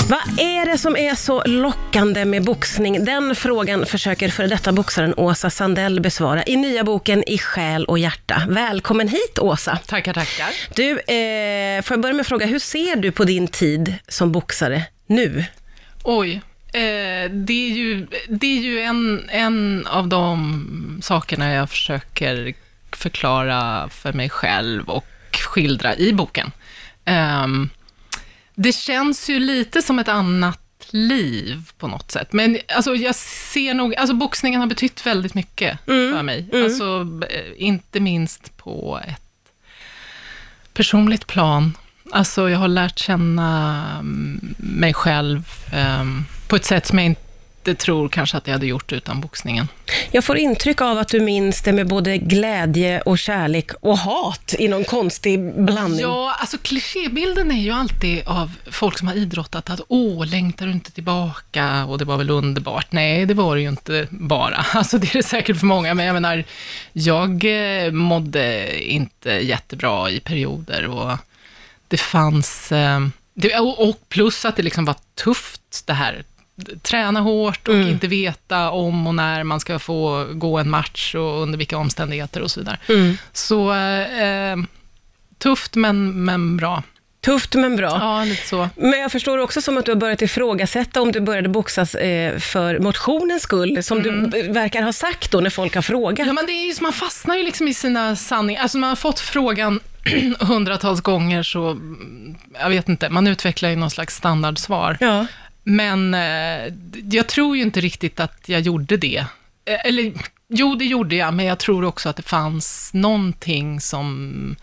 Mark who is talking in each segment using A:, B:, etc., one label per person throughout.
A: Vad är det som är så lockande med boxning? Den frågan försöker för detta boxaren Åsa Sandell besvara i nya boken I själ och hjärta. Välkommen hit, Åsa.
B: Tackar.
A: Du, får jag börja med att fråga, hur ser du på din tid som boxare nu?
B: Oj, det är ju en av de sakerna jag försöker förklara för mig själv och skildra i boken. Det känns ju lite som ett annat liv på något sätt. Men alltså, jag ser nog, alltså boxningen har betytt väldigt mycket för mig. Alltså, inte minst på ett personligt plan. Alltså, jag har lärt känna mig själv på ett sätt som jag inte tror kanske att jag hade gjort utan boxningen.
A: Jag får intryck av att du minns det med både glädje och kärlek och hat i någon konstig blandning.
B: Ja, alltså klichébilden är ju alltid av folk som har idrottat att längtar du inte tillbaka och det var väl underbart. Nej, det var det ju inte bara. Alltså det är det säkert för många, men jag menar, jag mådde inte jättebra i perioder och det fanns, och plus att det liksom var tufft det här. Träna hårt och inte veta om och när man ska få gå en match och under vilka omständigheter och så vidare. Så tufft men bra.
A: Tufft men bra.
B: Ja, lite så.
A: Men jag förstår också som att du har börjat ifrågasätta om du började boxas för motionens skull, som du verkar ha sagt då när folk har frågat.
B: Ja, men det är ju som man fastnar ju liksom i sina sanningar. Alltså man har fått frågan hundratals gånger, så jag vet inte, man utvecklar ju någon slags standardsvar.
A: Ja.
B: Men jag tror ju inte riktigt att jag gjorde det. Eller, jo, det gjorde jag, men jag tror också att det fanns någonting som...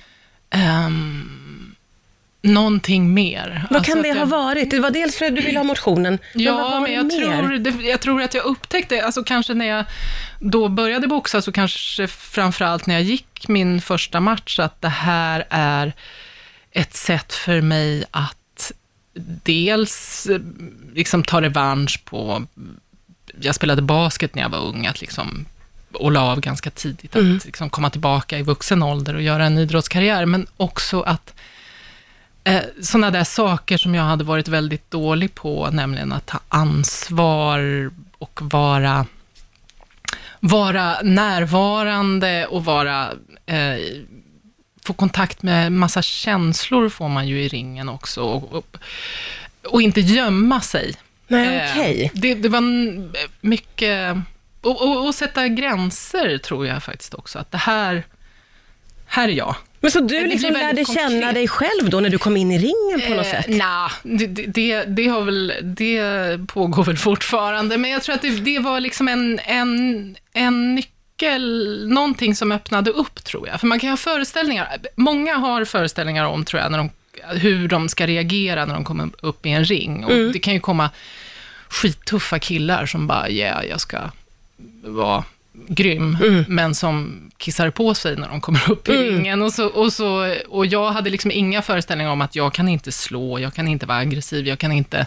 B: någonting mer.
A: Vad kan det ha varit? Det var dels för att du ville ha motionen.
B: Ja, men jag tror att jag upptäckte, alltså kanske när jag då började boxa, så kanske framförallt när jag gick min första match, att det här är ett sätt för mig att dels liksom ta revansch på, jag spelade basket när jag var ung, att liksom, och la av ganska tidigt, att liksom komma tillbaka i vuxen ålder och göra en idrottskarriär, men också att sådana där saker som jag hade varit väldigt dålig på, nämligen att ta ansvar och vara närvarande och få kontakt med massa känslor får man ju i ringen också, och inte gömma sig.
A: Nej, okej.
B: Det var mycket, och sätta gränser tror jag faktiskt också, att det här är jag.
A: Men så du liksom lärde känna dig själv då när du kom in i ringen på något sätt?
B: Nej, det pågår väl fortfarande, men jag tror att det var liksom en nyckel, någonting som öppnade upp, tror jag. För man kan ha föreställningar, många har föreställningar om, tror jag, hur de ska reagera när de kommer upp i en ring. Och det kan ju komma skittuffa killar som bara, jag ska vara grym, men som kissar på sig när de kommer upp i ringen. Och jag hade liksom inga föreställningar om att jag kan inte slå, jag kan inte vara aggressiv, jag kan inte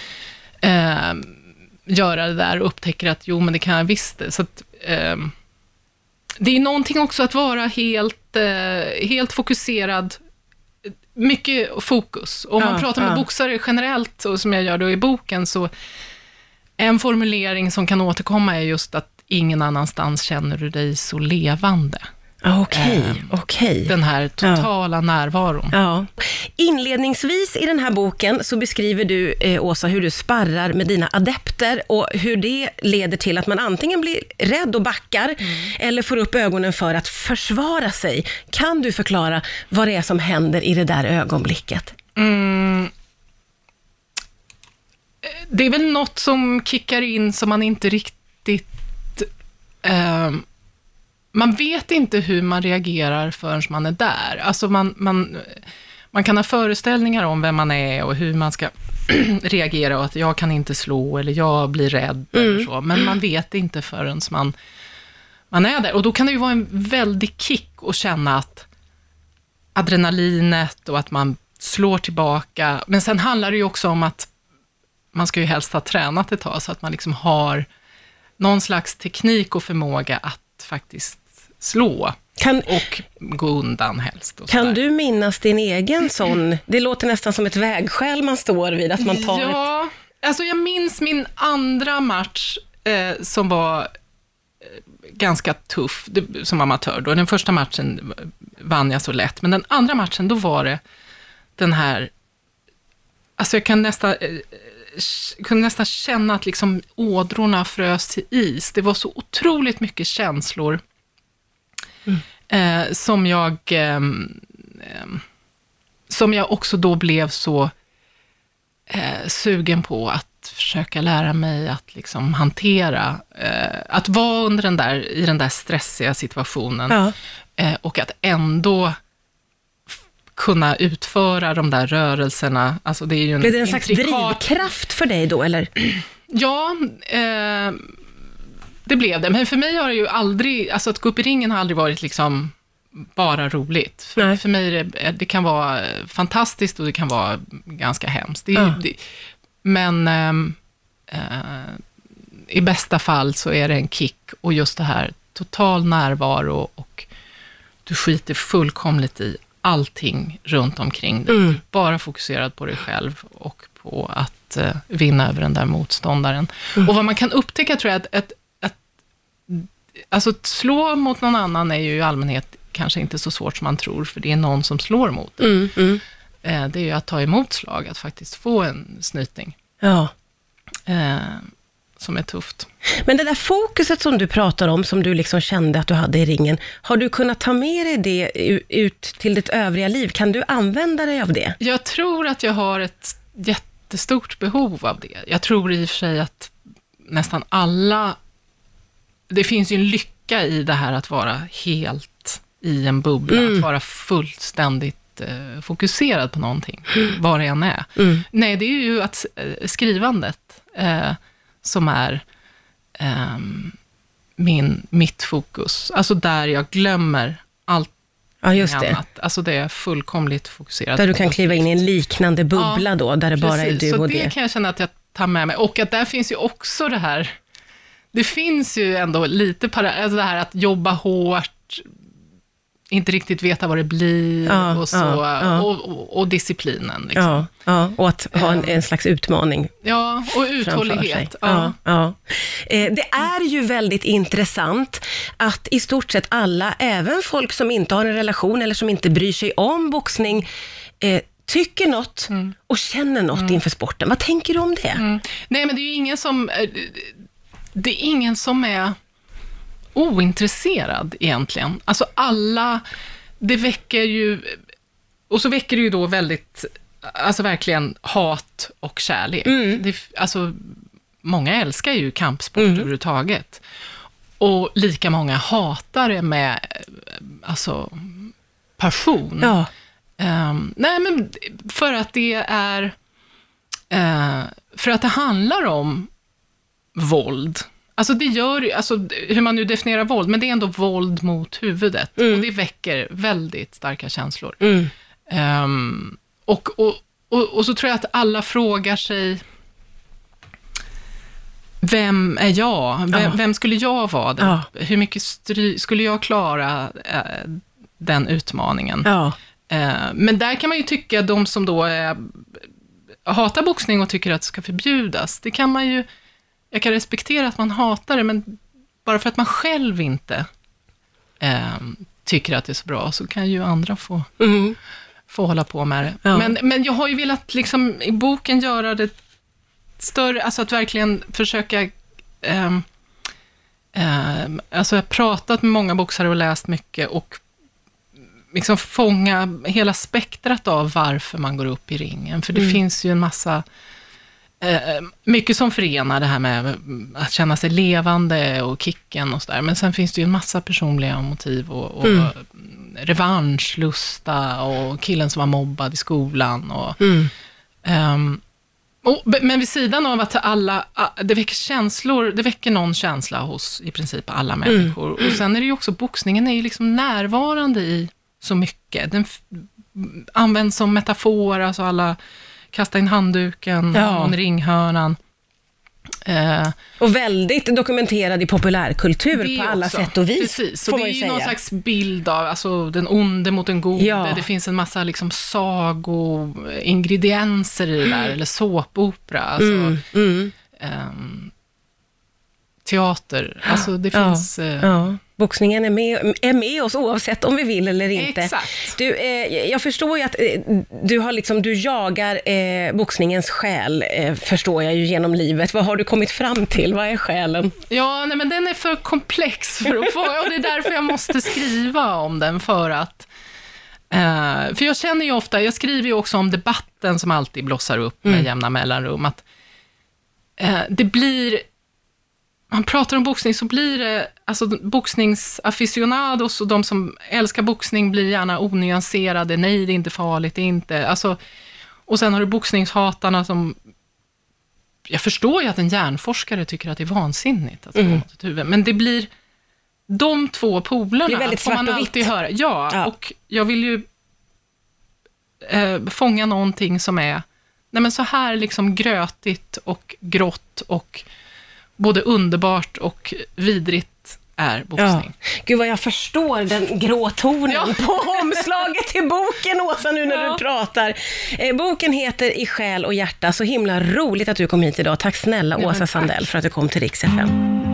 B: göra det där, och upptäcker att men det kan jag visst. Så att, det är någonting också att vara helt fokuserad, mycket fokus. Om man pratar med boxare generellt, och som jag gör då i boken, så en formulering som kan återkomma är just att ingen annanstans känner du dig så levande.
A: Okej.
B: Den här totala närvaron.
A: Ja. Inledningsvis i den här boken så beskriver du, Åsa, hur du sparrar med dina adepter och hur det leder till att man antingen blir rädd och backar eller får upp ögonen för att försvara sig. Kan du förklara vad det är som händer i det där ögonblicket?
B: Det är väl något som kickar in som man inte riktigt... man vet inte hur man reagerar förrän man är där. Alltså man kan ha föreställningar om vem man är och hur man ska reagera, och att jag kan inte slå eller jag blir rädd eller så. Men man vet inte förrän man är där. Och då kan det ju vara en väldig kick att känna att adrenalinet och att man slår tillbaka. Men sen handlar det ju också om att man ska ju helst ha tränat ett tag, så att man liksom har någon slags teknik och förmåga att faktiskt slå. och gå undan helst. Och
A: kan du minnas din egen sån? Det låter nästan som ett vägskäl man står vid, att man tar
B: alltså jag minns min andra match som var ganska tuff som amatör. Då. Den första matchen vann jag så lätt, men den andra matchen, då var det den här, alltså jag kunde nästan känna att liksom ådrorna frös till is. Det var så otroligt mycket känslor som jag också då blev så sugen på att försöka lära mig att liksom hantera, att vara i den där stressiga situationen och att ändå kunna utföra de där rörelserna. Alltså det är ju
A: blev det en slags drivkraft för dig då, eller?
B: Ja, det blev det. Men för mig har det ju aldrig, alltså att gå upp i ringen har aldrig varit liksom bara roligt. För mig det kan vara fantastiskt och det kan vara ganska hemskt. Men i bästa fall så är det en kick, och just det här total närvaro, och du skiter fullkomligt i allting runt omkring dig. Du är bara fokuserad på dig själv och på att vinna över den där motståndaren. Och vad man kan upptäcka, tror jag, alltså att slå mot någon annan är ju i allmänhet kanske inte så svårt som man tror, för det är någon som slår mot dig. Det är ju att ta emot slag, att faktiskt få en snyting.
A: Ja.
B: Som är tufft.
A: Men det där fokuset som du pratar om, som du liksom kände att du hade i ringen, har du kunnat ta med dig det ut till ditt övriga liv? Kan du använda dig av det?
B: Jag tror att jag har ett jättestort behov av det. Jag tror i och för sig att nästan alla, det finns ju en lycka i det här att vara helt i en bubbla, att vara fullständigt fokuserad på någonting, vad det än är. Nej, det är ju att skrivandet som är mitt fokus. Alltså där jag glömmer allt annat. Alltså det är fullkomligt fokuserat.
A: Där du kan kliva in i en liknande bubbla då, där det bara är du och det.
B: Så det kan jag känna att jag tar med mig. Och att där finns ju också det här, det finns ju ändå lite alltså det här att jobba hårt, inte riktigt veta vad det blir och så, och disciplinen. Liksom.
A: Och att ha en slags utmaning.
B: Ja, och uthållighet.
A: Det är ju väldigt intressant att i stort sett alla, även folk som inte har en relation eller som inte bryr sig om boxning, tycker något och känner något inför sporten. Vad tänker du om det?
B: Nej, men det är ju ingen som är ointresserad egentligen. Alltså alla, det väcker ju, och så väcker det ju då väldigt, alltså verkligen hat och kärlek. Alltså många älskar ju kampsport överhuvudtaget. Och lika många hatar det med alltså passion. Nej, men för att det är för att det handlar om våld. Alltså det gör, alltså hur man nu definierar våld, men det är ändå våld mot huvudet. Och det väcker väldigt starka känslor. Och så tror jag att alla frågar sig, vem är jag? Vem skulle jag vara? Hur mycket skulle jag klara den utmaningen? Men där kan man ju tycka, de som då hatar boxning och tycker att det ska förbjudas, det kan man ju, jag kan respektera att man hatar det, men bara för att man själv inte tycker att det är så bra, så kan ju andra få hålla på med det. Men jag har ju velat liksom i boken göra det större, alltså att verkligen försöka alltså jag har pratat med många boxare och läst mycket och liksom fånga hela spektrat av varför man går upp i ringen, för det finns ju en massa mycket som förenar det här med att känna sig levande och kicken och sådär, men sen finns det ju en massa personliga motiv och revanschlusta och killen som var mobbad i skolan och men vid sidan av att alla, det väcker känslor, det väcker någon känsla hos i princip alla människor. Och sen är det ju också, boxningen är ju liksom närvarande i så mycket. Den används som metafor, alltså alla kasta in handduken, ringhörnan.
A: Och väldigt dokumenterad i populärkultur på alla sätt och vis.
B: Precis, så det är ju någon slags bild av alltså, den onde mot den gode. Ja. Det finns en massa liksom, sago-ingredienser i det där, eller såpopera. Alltså, teater. Alltså, det finns...
A: Boxningen är med oss oavsett om vi vill eller inte.
B: Exakt.
A: Jag förstår ju att du jagar boxningens själ, förstår jag ju genom livet. Vad har du kommit fram till? Vad är själen?
B: Ja, nej, men den är för komplex för att få, och det är därför jag måste skriva om den, för att för jag känner ju ofta, jag skriver ju också om debatten som alltid blossar upp med jämna mellanrum, att det blir... Man pratar om boxning så blir det, alltså boxningsaficionados och de som älskar boxning blir gärna onyanserade, nej det är inte farligt, det är inte, alltså, och sen har du boxningshatarna som, jag förstår ju att en hjärnforskare tycker att det är vansinnigt att få ett huvud, men det blir de två polerna.
A: Det är väldigt svart och vitt.
B: Höra. Ja, och jag vill ju fånga någonting som är, nej men så här liksom grötigt och grått och både underbart och vidrigt är boxning.
A: Ja. Gud vad jag förstår den grå tonen på omslaget till boken, Åsa, nu när du pratar. Boken heter I själ och hjärta. Så himla roligt att du kom hit idag. Tack snälla Åsa Sandell för att du kom till Rix FM.